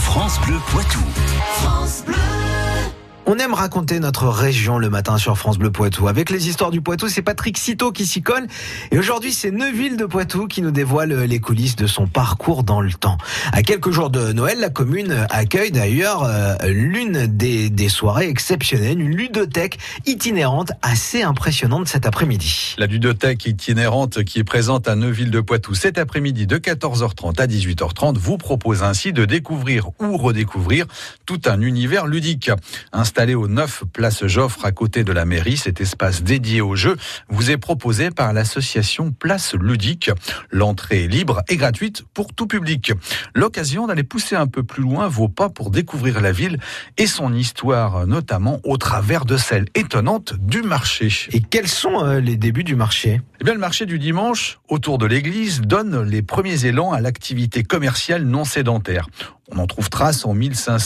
France Bleu Poitou. France Bleu. On aime raconter notre région le matin sur France Bleu Poitou. Avec les histoires du Poitou, c'est Patrick Citeaux qui s'y colle. Et aujourd'hui, c'est Neuville de Poitou qui nous dévoile les coulisses de son parcours dans le temps. À quelques jours de Noël, la commune accueille d'ailleurs l'une des soirées exceptionnelles, une ludothèque itinérante assez impressionnante cet après-midi. La ludothèque itinérante qui est présente à Neuville de Poitou cet après-midi de 14h30 à 18h30 vous propose ainsi de découvrir ou redécouvrir tout un univers ludique. Installé au 9 place Joffre à côté de la mairie, cet espace dédié aux jeux vous est proposé par l'association Place Ludique. L'entrée est libre et gratuite pour tout public. L'occasion d'aller pousser un peu plus loin vos pas pour découvrir la ville et son histoire, notamment au travers de celle étonnante du marché. Et quels sont les débuts du marché ? Eh bien, le marché du dimanche, autour de l'église, donne les premiers élans à l'activité commerciale non sédentaire. On en trouve trace en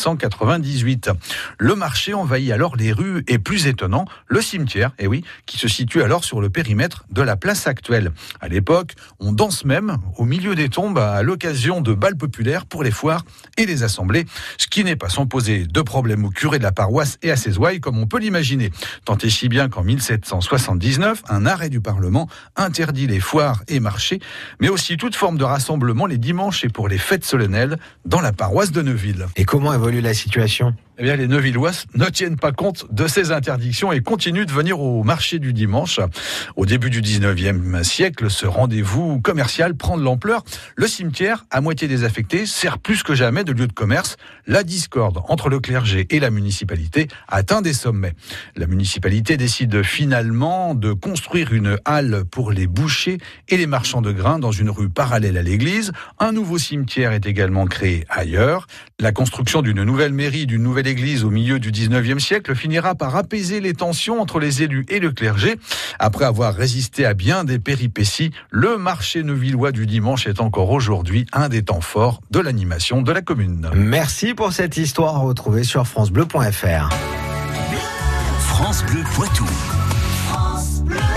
1598. Le marché envahit alors les rues et, plus étonnant, le cimetière, qui se situe alors sur le périmètre de la place actuelle. À l'époque, on danse même au milieu des tombes à l'occasion de bals populaires pour les foires et les assemblées, ce qui n'est pas sans poser de problème au curé de la paroisse et à ses ouailles, comme on peut l'imaginer. Tant et si bien qu'en 1779, un arrêt du Parlement interdit les foires et marchés, mais aussi toute forme de rassemblement les dimanches et pour les fêtes solennelles dans la paroisse de Neuville. Et comment évolue la situation ? Eh bien, les Neuvillois ne tiennent pas compte de ces interdictions et continuent de venir au marché du dimanche. Au début du 19e siècle, ce rendez-vous commercial prend de l'ampleur. Le cimetière, à moitié désaffecté, sert plus que jamais de lieu de commerce. La discorde entre le clergé et la municipalité atteint des sommets. La municipalité décide finalement de construire une halle pour les bouchers et les marchands de grains dans une rue parallèle à l'église. Un nouveau cimetière est également créé ailleurs. La construction d'une nouvelle mairie, d'une nouvelle église au milieu du 19e siècle finira par apaiser les tensions entre les élus et le clergé. Après avoir résisté à bien des péripéties, le marché neuvillois du dimanche est encore aujourd'hui un des temps forts de l'animation de la commune. Merci pour cette histoire à retrouver sur francebleu.fr. France Bleu Poitou.